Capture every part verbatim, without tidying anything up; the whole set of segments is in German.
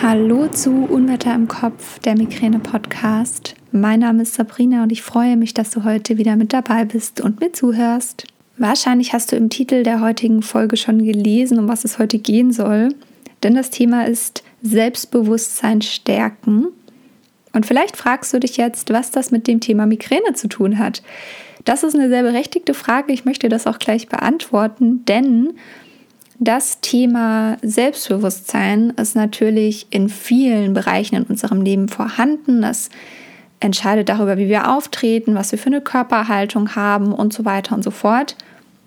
Hallo zu Unwetter im Kopf, der Migräne-Podcast. Mein Name ist Sabrina und ich freue mich, dass du heute wieder mit dabei bist und mir zuhörst. Wahrscheinlich hast du im Titel der heutigen Folge schon gelesen, um was es heute gehen soll, denn das Thema ist Selbstbewusstsein stärken. Und vielleicht fragst du dich jetzt, was das mit dem Thema Migräne zu tun hat. Das ist eine sehr berechtigte Frage, ich möchte das auch gleich beantworten, denn das Thema Selbstbewusstsein ist natürlich in vielen Bereichen in unserem Leben vorhanden. Das entscheidet darüber, wie wir auftreten, was wir für eine Körperhaltung haben und so weiter und so fort.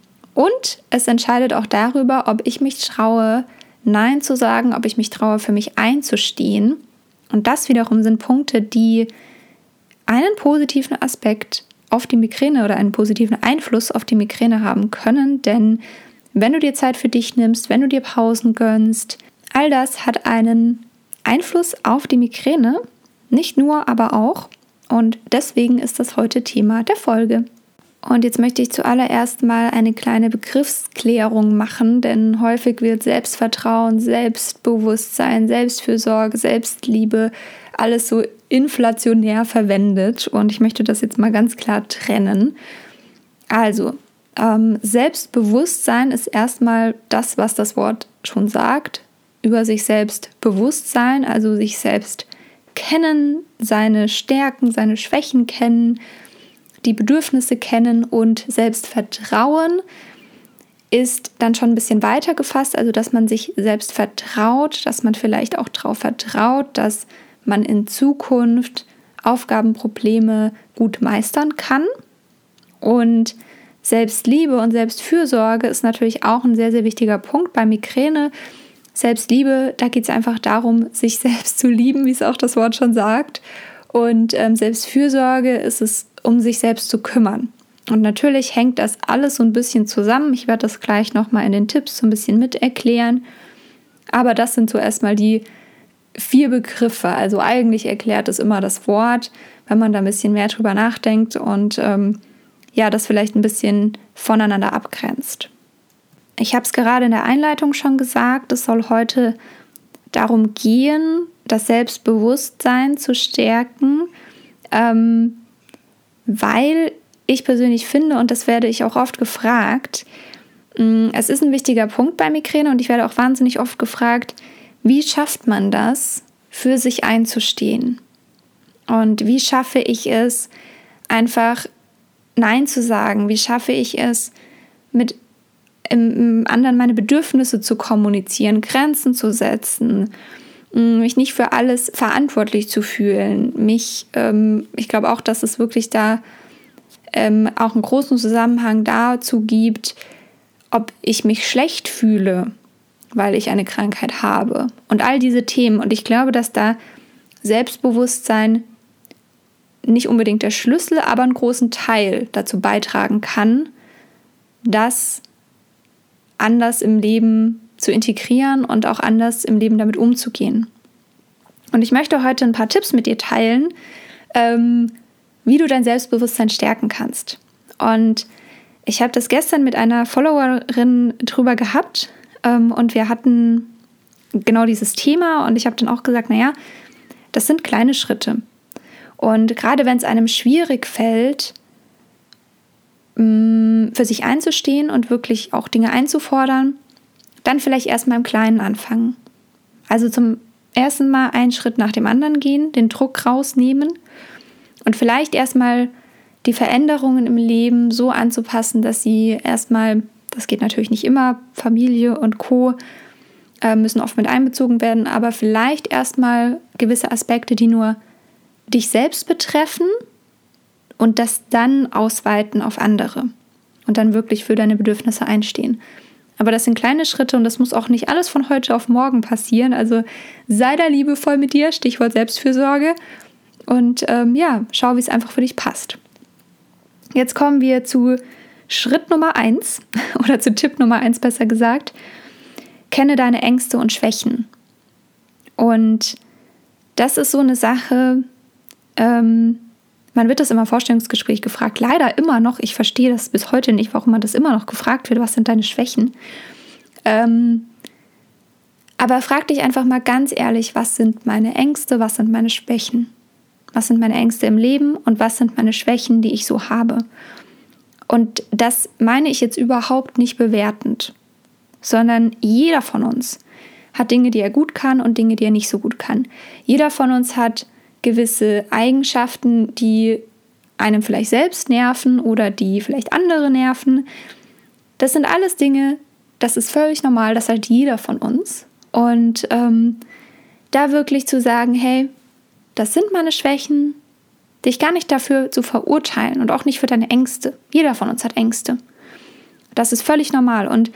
Und es entscheidet auch darüber, ob ich mich traue, Nein zu sagen, ob ich mich traue, für mich einzustehen. Und das wiederum sind Punkte, die einen positiven Aspekt auf die Migräne oder einen positiven Einfluss auf die Migräne haben können, denn wenn du dir Zeit für dich nimmst, wenn du dir Pausen gönnst, all das hat einen Einfluss auf die Migräne, nicht nur, aber auch. Und deswegen ist das heute Thema der Folge. Und jetzt möchte ich zuallererst mal eine kleine Begriffsklärung machen, denn häufig wird Selbstvertrauen, Selbstbewusstsein, Selbstfürsorge, Selbstliebe, alles so inflationär verwendet. Und ich möchte das jetzt mal ganz klar trennen. Also, Ähm, Selbstbewusstsein ist erstmal das, was das Wort schon sagt, über sich selbst Bewusstsein, also sich selbst kennen, seine Stärken, seine Schwächen kennen, die Bedürfnisse kennen und Selbstvertrauen ist dann schon ein bisschen weiter gefasst, also dass man sich selbst vertraut, dass man vielleicht auch darauf vertraut, dass man in Zukunft Aufgaben, Probleme gut meistern kann. Und Selbstliebe und Selbstfürsorge ist natürlich auch ein sehr, sehr wichtiger Punkt bei Migräne. Selbstliebe, da geht es einfach darum, sich selbst zu lieben, wie es auch das Wort schon sagt. Und ähm, Selbstfürsorge ist es, um sich selbst zu kümmern. Und natürlich hängt das alles so ein bisschen zusammen. Ich werde das gleich nochmal in den Tipps so ein bisschen mit erklären. Aber das sind so erstmal die vier Begriffe. Also eigentlich erklärt es immer das Wort, wenn man da ein bisschen mehr drüber nachdenkt und ähm, ja, das vielleicht ein bisschen voneinander abgrenzt. Ich habe es gerade in der Einleitung schon gesagt, es soll heute darum gehen, das Selbstbewusstsein zu stärken, ähm, weil ich persönlich finde, und das werde ich auch oft gefragt, mh, es ist ein wichtiger Punkt bei Migräne und ich werde auch wahnsinnig oft gefragt, wie schafft man das, für sich einzustehen? Und wie schaffe ich es, einfach Nein zu sagen? Wie schaffe ich es, mit im, im anderen meine Bedürfnisse zu kommunizieren, Grenzen zu setzen, mich nicht für alles verantwortlich zu fühlen? Mich, ähm, ich glaube auch, dass es wirklich da ähm, auch einen großen Zusammenhang dazu gibt, ob ich mich schlecht fühle, weil ich eine Krankheit habe. Und all diese Themen. Und ich glaube, dass da Selbstbewusstsein nicht unbedingt der Schlüssel, aber einen großen Teil dazu beitragen kann, das anders im Leben zu integrieren und auch anders im Leben damit umzugehen. Und ich möchte heute ein paar Tipps mit dir teilen, ähm, wie du dein Selbstbewusstsein stärken kannst. Und ich habe das gestern mit einer Followerin drüber gehabt ähm, und wir hatten genau dieses Thema und ich habe dann auch gesagt, naja, das sind kleine Schritte. Und gerade wenn es einem schwierig fällt, für sich einzustehen und wirklich auch Dinge einzufordern, dann vielleicht erstmal im Kleinen anfangen. Also zum ersten Mal einen Schritt nach dem anderen gehen, den Druck rausnehmen und vielleicht erstmal die Veränderungen im Leben so anzupassen, dass sie erstmal, das geht natürlich nicht immer, Familie und Co. müssen oft mit einbezogen werden, aber vielleicht erstmal gewisse Aspekte, die nur dich selbst betreffen und das dann ausweiten auf andere und dann wirklich für deine Bedürfnisse einstehen. Aber das sind kleine Schritte und das muss auch nicht alles von heute auf morgen passieren. Also sei da liebevoll mit dir, Stichwort Selbstfürsorge und ähm, ja, schau, wie es einfach für dich passt. Jetzt kommen wir zu Schritt Nummer eins oder zu Tipp Nummer eins besser gesagt. Kenne deine Ängste und Schwächen. Und das ist so eine Sache, Ähm, man wird das immer im Vorstellungsgespräch gefragt, leider immer noch, ich verstehe das bis heute nicht, warum man das immer noch gefragt wird, was sind deine Schwächen? Ähm, Aber frag dich einfach mal ganz ehrlich, was sind meine Ängste, was sind meine Schwächen? Was sind meine Ängste im Leben und was sind meine Schwächen, die ich so habe? Und das meine ich jetzt überhaupt nicht bewertend, sondern jeder von uns hat Dinge, die er gut kann und Dinge, die er nicht so gut kann. Jeder von uns hat gewisse Eigenschaften, die einem vielleicht selbst nerven oder die vielleicht andere nerven. Das sind alles Dinge, das ist völlig normal, das hat jeder von uns. Und ähm, da wirklich zu sagen, hey, das sind meine Schwächen, dich gar nicht dafür zu verurteilen und auch nicht für deine Ängste. Jeder von uns hat Ängste. Das ist völlig normal und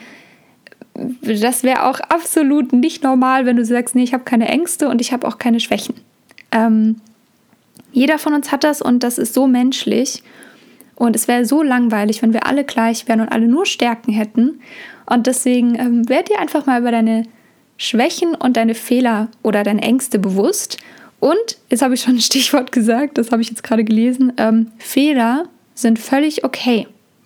das wäre auch absolut nicht normal, wenn du sagst, nee, ich habe keine Ängste und ich habe auch keine Schwächen. Ähm, jeder von uns hat das und das ist so menschlich und es wäre so langweilig, wenn wir alle gleich wären und alle nur Stärken hätten. Und deswegen ähm, werd dir einfach mal über deine Schwächen und deine Fehler oder deine Ängste bewusst. Und, jetzt habe ich schon ein Stichwort gesagt, das habe ich jetzt gerade gelesen, ähm, Fehler sind völlig okay.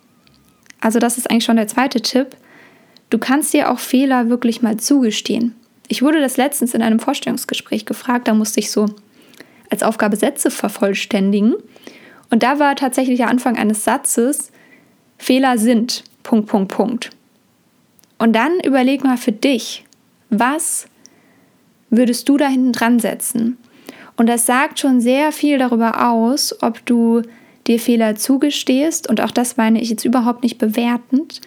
Also das ist eigentlich schon der zweite Tipp. Du kannst dir auch Fehler wirklich mal zugestehen. Ich wurde das letztens in einem Vorstellungsgespräch gefragt, da musste ich so als Aufgabe Sätze vervollständigen. Und da war tatsächlich der Anfang eines Satzes, Fehler sind, Punkt, Punkt, Punkt. Und dann überleg mal für dich, was würdest du da hinten dran setzen? Und das sagt schon sehr viel darüber aus, ob du dir Fehler zugestehst, und auch das meine ich jetzt überhaupt nicht bewertend,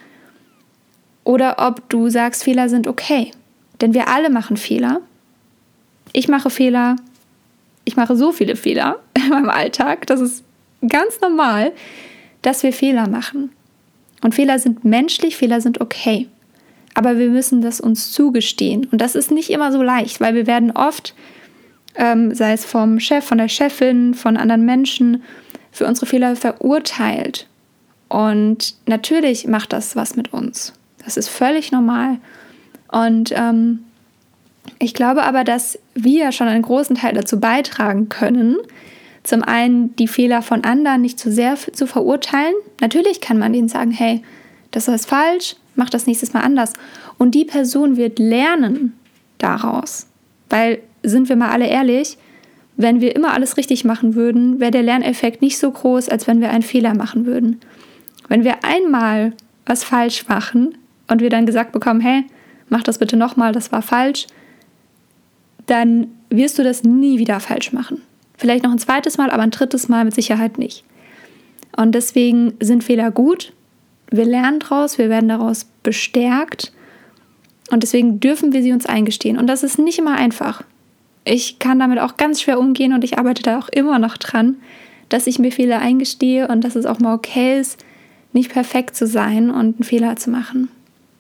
oder ob du sagst, Fehler sind okay. Denn wir alle machen Fehler. Ich mache Fehler. Ich mache so viele Fehler in meinem Alltag. Das ist ganz normal, dass wir Fehler machen. Und Fehler sind menschlich, Fehler sind okay. Aber wir müssen das uns zugestehen. Und das ist nicht immer so leicht, weil wir werden oft, ähm, sei es vom Chef, von der Chefin, von anderen Menschen, für unsere Fehler verurteilt. Und natürlich macht das was mit uns. Das ist völlig normal. Und ähm, ich glaube aber, dass wir schon einen großen Teil dazu beitragen können, zum einen die Fehler von anderen nicht zu sehr zu verurteilen. Natürlich kann man denen sagen, hey, das ist falsch, mach das nächstes Mal anders. Und die Person wird lernen daraus. Weil, sind wir mal alle ehrlich, wenn wir immer alles richtig machen würden, wäre der Lerneffekt nicht so groß, als wenn wir einen Fehler machen würden. Wenn wir einmal was falsch machen und wir dann gesagt bekommen, hey, mach das bitte nochmal, das war falsch, dann wirst du das nie wieder falsch machen. Vielleicht noch ein zweites Mal, aber ein drittes Mal mit Sicherheit nicht. Und deswegen sind Fehler gut. Wir lernen daraus, wir werden daraus bestärkt. Und deswegen dürfen wir sie uns eingestehen. Und das ist nicht immer einfach. Ich kann damit auch ganz schwer umgehen und ich arbeite da auch immer noch dran, dass ich mir Fehler eingestehe und dass es auch mal okay ist, nicht perfekt zu sein und einen Fehler zu machen.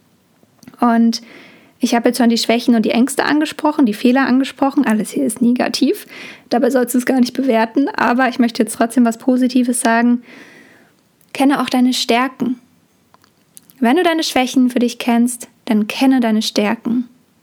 Und ich habe jetzt schon die Schwächen und die Ängste angesprochen, die Fehler angesprochen. Alles hier ist negativ. Dabei sollst du es gar nicht bewerten. Aber ich möchte jetzt trotzdem was Positives sagen. Kenne auch deine Stärken. Wenn du deine Schwächen für dich kennst, dann kenne deine Stärken.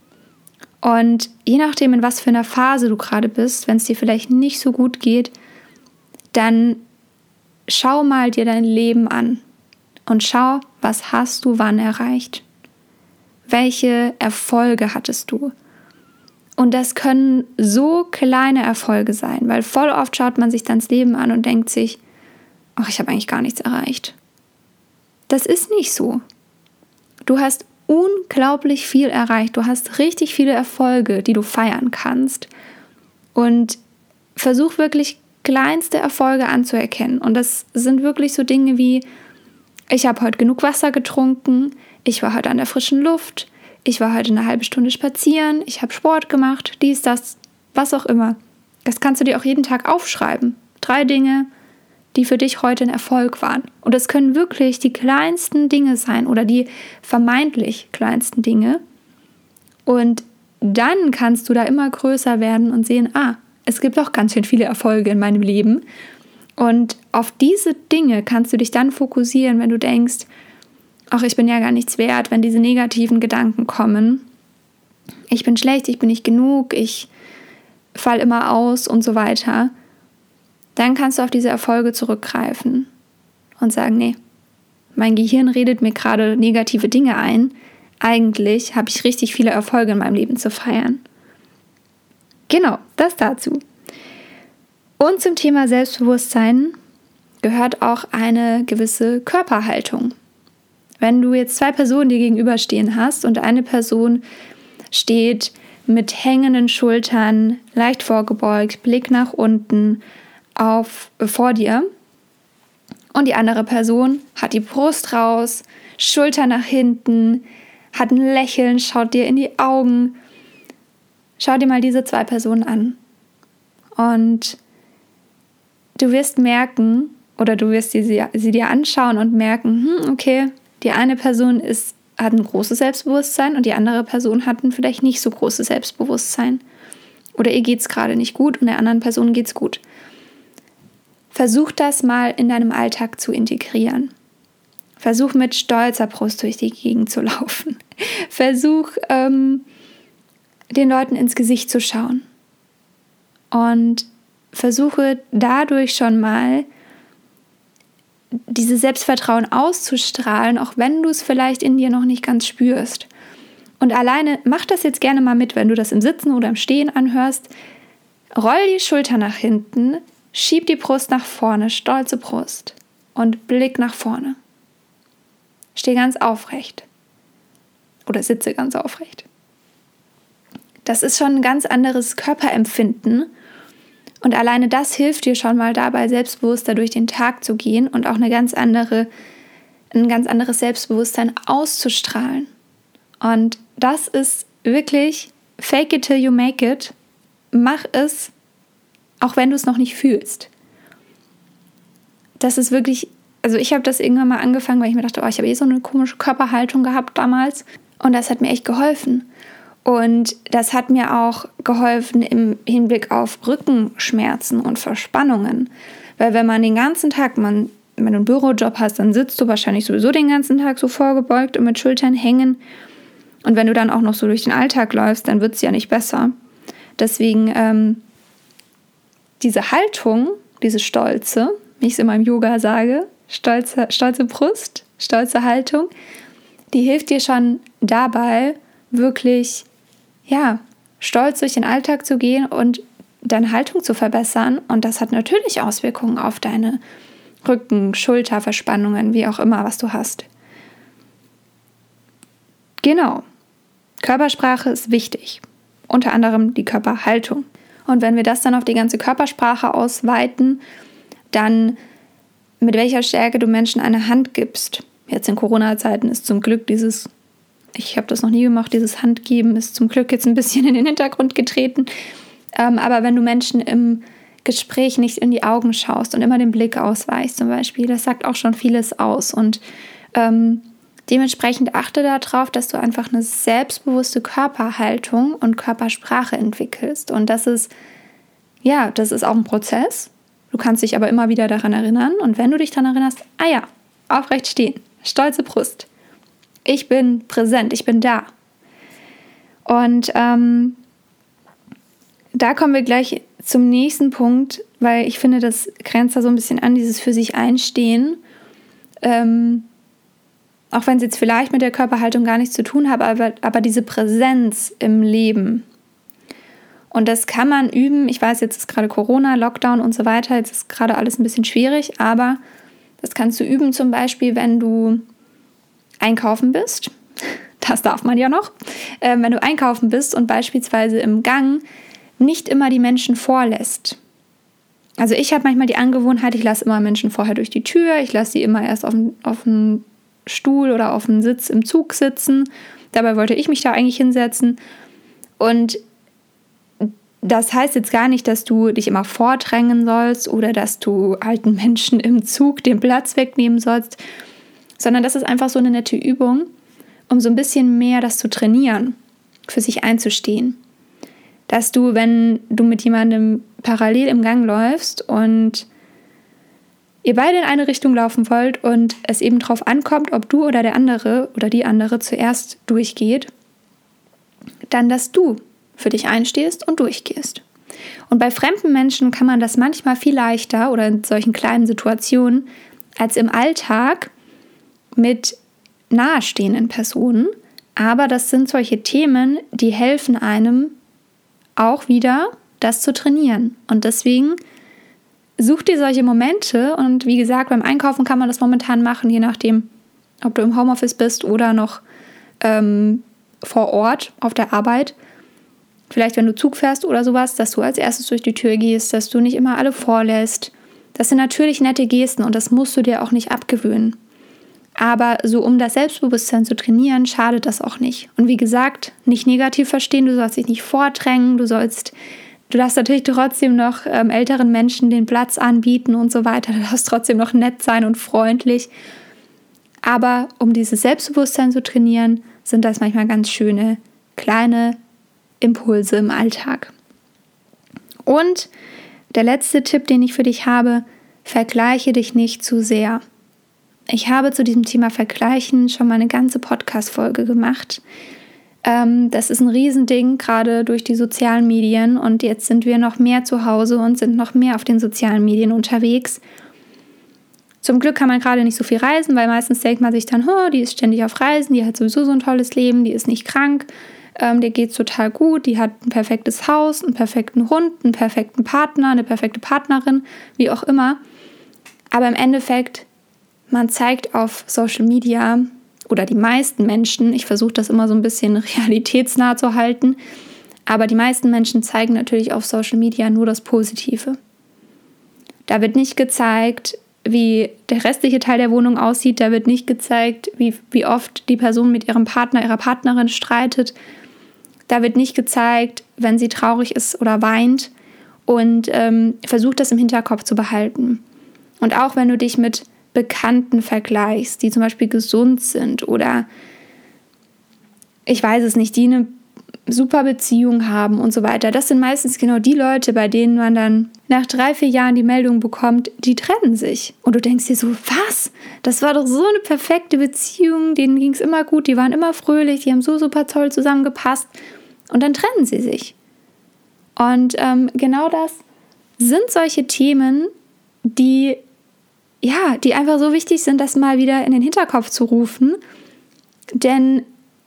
Und je nachdem, in was für einer Phase du gerade bist, wenn es dir vielleicht nicht so gut geht, dann schau mal dir dein Leben an und schau, was hast du wann erreicht. Welche Erfolge hattest du? Und das können so kleine Erfolge sein, weil voll oft schaut man sich dann das Leben an und denkt sich, ach, ich habe eigentlich gar nichts erreicht. Das ist nicht so. Du hast unglaublich viel erreicht. Du hast richtig viele Erfolge, die du feiern kannst. Und versuch wirklich kleinste Erfolge anzuerkennen. Und das sind wirklich so Dinge wie, ich habe heute genug Wasser getrunken, ich war heute an der frischen Luft, ich war heute eine halbe Stunde spazieren, ich habe Sport gemacht, dies, das, was auch immer. Das kannst du dir auch jeden Tag aufschreiben. Drei Dinge, die für dich heute ein Erfolg waren. Und es können wirklich die kleinsten Dinge sein oder die vermeintlich kleinsten Dinge. Und dann kannst du da immer größer werden und sehen, ah, es gibt auch ganz schön viele Erfolge in meinem Leben. Und auf diese Dinge kannst du dich dann fokussieren, wenn du denkst, ach, ich bin ja gar nichts wert, wenn diese negativen Gedanken kommen. Ich bin schlecht, ich bin nicht genug, ich falle immer aus und so weiter. Dann kannst du auf diese Erfolge zurückgreifen und sagen, nee, mein Gehirn redet mir gerade negative Dinge ein, eigentlich habe ich richtig viele Erfolge in meinem Leben zu feiern. Genau, das dazu. Und zum Thema Selbstbewusstsein gehört auch eine gewisse Körperhaltung. Wenn du jetzt zwei Personen dir gegenüberstehen hast und eine Person steht mit hängenden Schultern, leicht vorgebeugt, Blick nach unten auf, vor dir und die andere Person hat die Brust raus, Schulter nach hinten, hat ein Lächeln, schaut dir in die Augen. Schau dir mal diese zwei Personen an. Und du wirst merken, oder du wirst sie, sie dir anschauen und merken, hm, okay, die eine Person ist, hat ein großes Selbstbewusstsein und die andere Person hat ein vielleicht nicht so großes Selbstbewusstsein. Oder ihr geht es gerade nicht gut und der anderen Person geht es gut. Versuch das mal in deinem Alltag zu integrieren. Versuch mit stolzer Brust durch die Gegend zu laufen. Versuch ähm, den Leuten ins Gesicht zu schauen. Und versuche dadurch schon mal dieses Selbstvertrauen auszustrahlen, auch wenn du es vielleicht in dir noch nicht ganz spürst. Und alleine, mach das jetzt gerne mal mit, wenn du das im Sitzen oder im Stehen anhörst. Roll die Schulter nach hinten, schieb die Brust nach vorne, stolze Brust und Blick nach vorne. Steh ganz aufrecht oder sitze ganz aufrecht. Das ist schon ein ganz anderes Körperempfinden und alleine das hilft dir schon mal dabei, selbstbewusster durch den Tag zu gehen und auch eine ganz andere, ein ganz anderes Selbstbewusstsein auszustrahlen. Und das ist wirklich fake it till you make it. Mach es, auch wenn du es noch nicht fühlst. Das ist wirklich, also ich habe das irgendwann mal angefangen, weil ich mir dachte, oh, ich habe eh so eine komische Körperhaltung gehabt damals. Und das hat mir echt geholfen. Und das hat mir auch geholfen im Hinblick auf Rückenschmerzen und Verspannungen. Weil wenn man den ganzen Tag, man, wenn du einen Bürojob hast, dann sitzt du wahrscheinlich sowieso den ganzen Tag so vorgebeugt und mit Schultern hängen. Und wenn du dann auch noch so durch den Alltag läufst, dann wird es ja nicht besser. Deswegen ähm, diese Haltung, diese Stolze, wie ich es immer im Yoga sage, stolze, stolze Brust, stolze Haltung, die hilft dir schon dabei, wirklich, ja, stolz durch den Alltag zu gehen und deine Haltung zu verbessern. Und das hat natürlich Auswirkungen auf deine Rücken-, Schulterverspannungen, wie auch immer, was du hast. Genau. Körpersprache ist wichtig. Unter anderem die Körperhaltung. Und wenn wir das dann auf die ganze Körpersprache ausweiten, dann mit welcher Stärke du Menschen eine Hand gibst. Jetzt in Corona-Zeiten ist zum Glück dieses, ich habe das noch nie gemacht, dieses Handgeben ist zum Glück jetzt ein bisschen in den Hintergrund getreten. Ähm, aber wenn du Menschen im Gespräch nicht in die Augen schaust und immer den Blick ausweichst zum Beispiel, das sagt auch schon vieles aus. Und ähm, dementsprechend achte darauf, dass du einfach eine selbstbewusste Körperhaltung und Körpersprache entwickelst. Und das ist, ja, das ist auch ein Prozess. Du kannst dich aber immer wieder daran erinnern. Und wenn du dich daran erinnerst, ah ja, aufrecht stehen, stolze Brust. Ich bin präsent, ich bin da. Und ähm, da kommen wir gleich zum nächsten Punkt, weil ich finde, das grenzt da so ein bisschen an, dieses für sich einstehen. Ähm, auch wenn es jetzt vielleicht mit der Körperhaltung gar nichts zu tun hat, aber, aber diese Präsenz im Leben. Und das kann man üben. Ich weiß, jetzt ist gerade Corona, Lockdown und so weiter. Jetzt ist gerade alles ein bisschen schwierig, aber das kannst du üben, zum Beispiel, wenn du einkaufen bist. Das darf man ja noch. Ähm, wenn du einkaufen bist und beispielsweise im Gang nicht immer die Menschen vorlässt. Also ich habe manchmal die Angewohnheit, ich lasse immer Menschen vorher durch die Tür. Ich lasse sie immer erst auf den, auf den Stuhl oder auf den Sitz im Zug sitzen. Dabei wollte ich mich da eigentlich hinsetzen. Und das heißt jetzt gar nicht, dass du dich immer vordrängen sollst oder dass du alten Menschen im Zug den Platz wegnehmen sollst, sondern das ist einfach so eine nette Übung, um so ein bisschen mehr das zu trainieren, für sich einzustehen. Dass du, wenn du mit jemandem parallel im Gang läufst und ihr beide in eine Richtung laufen wollt und es eben drauf ankommt, ob du oder der andere oder die andere zuerst durchgeht, dann, dass du für dich einstehst und durchgehst. Und bei fremden Menschen kann man das manchmal viel leichter oder in solchen kleinen Situationen als im Alltag mit nahestehenden Personen, Aber das sind solche Themen, die helfen einem auch wieder, das zu trainieren. Und deswegen such dir solche Momente. Und wie gesagt, beim Einkaufen kann man das momentan machen, je nachdem, ob du im Homeoffice bist oder noch ähm, vor Ort auf der Arbeit. Vielleicht, wenn du Zug fährst oder sowas, dass du als erstes durch die Tür gehst, dass du nicht immer alle vorlässt. Das sind natürlich nette Gesten und das musst du dir auch nicht abgewöhnen. Aber so um das Selbstbewusstsein zu trainieren, schadet das auch nicht. Und wie gesagt, nicht negativ verstehen, du sollst dich nicht vordrängen, du sollst, du darfst natürlich trotzdem noch ähm, älteren Menschen den Platz anbieten und so weiter. Du darfst trotzdem noch nett sein und freundlich. Aber um dieses Selbstbewusstsein zu trainieren, sind das manchmal ganz schöne kleine Impulse im Alltag. Und der letzte Tipp, den ich für dich habe, vergleiche dich nicht zu sehr. Ich habe zu diesem Thema Vergleichen schon mal eine ganze Podcast-Folge gemacht. Ähm, das ist ein Riesending, gerade durch die sozialen Medien. Und jetzt sind wir noch mehr zu Hause und sind noch mehr auf den sozialen Medien unterwegs. Zum Glück kann man gerade nicht so viel reisen, weil meistens denkt man sich dann, oh, die ist ständig auf Reisen, die hat sowieso so ein tolles Leben, die ist nicht krank, ähm, der geht's total gut, die hat ein perfektes Haus, einen perfekten Hund, einen perfekten Partner, eine perfekte Partnerin, wie auch immer. Aber im Endeffekt, man zeigt auf Social Media, oder die meisten Menschen, ich versuche das immer so ein bisschen realitätsnah zu halten, aber die meisten Menschen zeigen natürlich auf Social Media nur das Positive. Da wird nicht gezeigt, wie der restliche Teil der Wohnung aussieht, da wird nicht gezeigt, wie, wie oft die Person mit ihrem Partner, ihrer Partnerin streitet, da wird nicht gezeigt, wenn sie traurig ist oder weint und ähm, versucht das im Hinterkopf zu behalten. Und auch wenn du dich mit Bekannten vergleichst, die zum Beispiel gesund sind oder ich weiß es nicht, die eine super Beziehung haben und so weiter. Das sind meistens genau die Leute, bei denen man dann nach drei, vier Jahren die Meldung bekommt, die trennen sich. Und du denkst dir so, was? Das war doch so eine perfekte Beziehung, denen ging es immer gut, die waren immer fröhlich, die haben so super toll zusammengepasst und dann trennen sie sich. Und ähm, genau das sind solche Themen, die ja, die einfach so wichtig sind, das mal wieder in den Hinterkopf zu rufen. Denn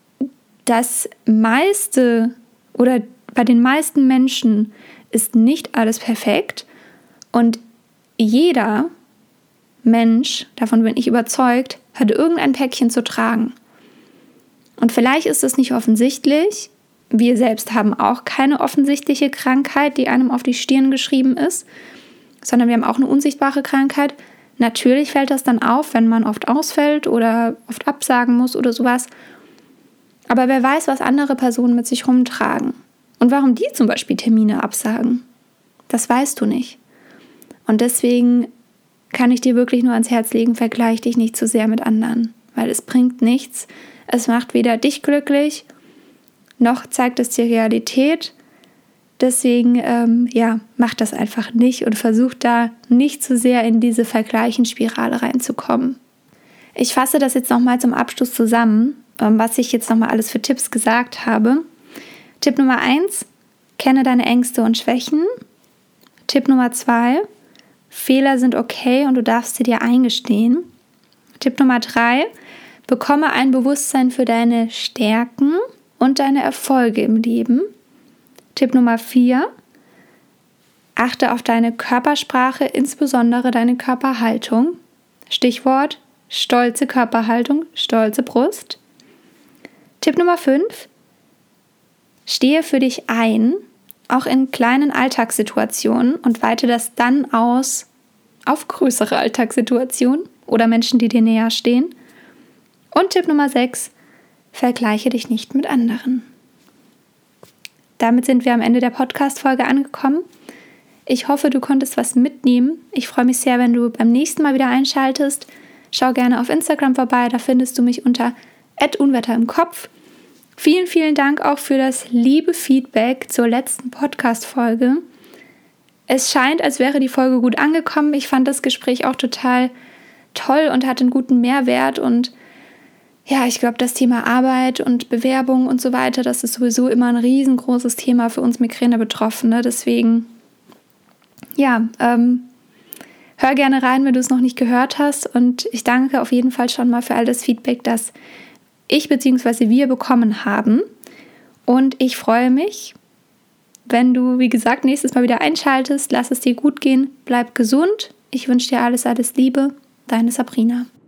das meiste oder bei den meisten Menschen ist nicht alles perfekt. Und jeder Mensch, davon bin ich überzeugt, hat irgendein Päckchen zu tragen. Und vielleicht ist es nicht offensichtlich. Wir selbst haben auch keine offensichtliche Krankheit, die einem auf die Stirn geschrieben ist, sondern wir haben auch eine unsichtbare Krankheit. Natürlich fällt das dann auf, wenn man oft ausfällt oder oft absagen muss oder sowas. Aber wer weiß, was andere Personen mit sich rumtragen und warum die zum Beispiel Termine absagen. Das weißt du nicht. Und deswegen kann ich dir wirklich nur ans Herz legen, vergleich dich nicht zu sehr mit anderen, weil es bringt nichts. Es macht weder dich glücklich, noch zeigt es die Realität. Deswegen, ähm, ja, mach das einfach nicht und versuch da nicht zu sehr in diese Vergleichensspirale reinzukommen. Ich fasse das jetzt nochmal zum Abschluss zusammen, ähm, was ich jetzt nochmal alles für Tipps gesagt habe. Tipp Nummer eins, kenne deine Ängste und Schwächen. Tipp Nummer zwei, Fehler sind okay und du darfst sie dir eingestehen. Tipp Nummer drei, bekomme ein Bewusstsein für deine Stärken und deine Erfolge im Leben. Tipp Nummer vier, achte auf deine Körpersprache, insbesondere deine Körperhaltung. Stichwort stolze Körperhaltung, stolze Brust. Tipp Nummer fünf, stehe für dich ein, auch in kleinen Alltagssituationen und weite das dann aus auf größere Alltagssituationen oder Menschen, die dir näher stehen. Und Tipp Nummer sechs, vergleiche dich nicht mit anderen. Damit sind wir am Ende der Podcast-Folge angekommen. Ich hoffe, du konntest was mitnehmen. Ich freue mich sehr, wenn du beim nächsten Mal wieder einschaltest. Schau gerne auf Instagram vorbei, da findest du mich unter at unwetter im Kopf. Vielen, vielen Dank auch für das liebe Feedback zur letzten Podcast-Folge. Es scheint, als wäre die Folge gut angekommen. Ich fand das Gespräch auch total toll und hatte einen guten Mehrwert und ja, ich glaube, das Thema Arbeit und Bewerbung und so weiter, das ist sowieso immer ein riesengroßes Thema für uns Migräne-Betroffene. Deswegen, ja, ähm, hör gerne rein, wenn du es noch nicht gehört hast. Und ich danke auf jeden Fall schon mal für all das Feedback, das ich bzw. wir bekommen haben. Und ich freue mich, wenn du, wie gesagt, nächstes Mal wieder einschaltest. Lass es dir gut gehen, bleib gesund. Ich wünsche dir alles, alles Liebe. Deine Sabrina.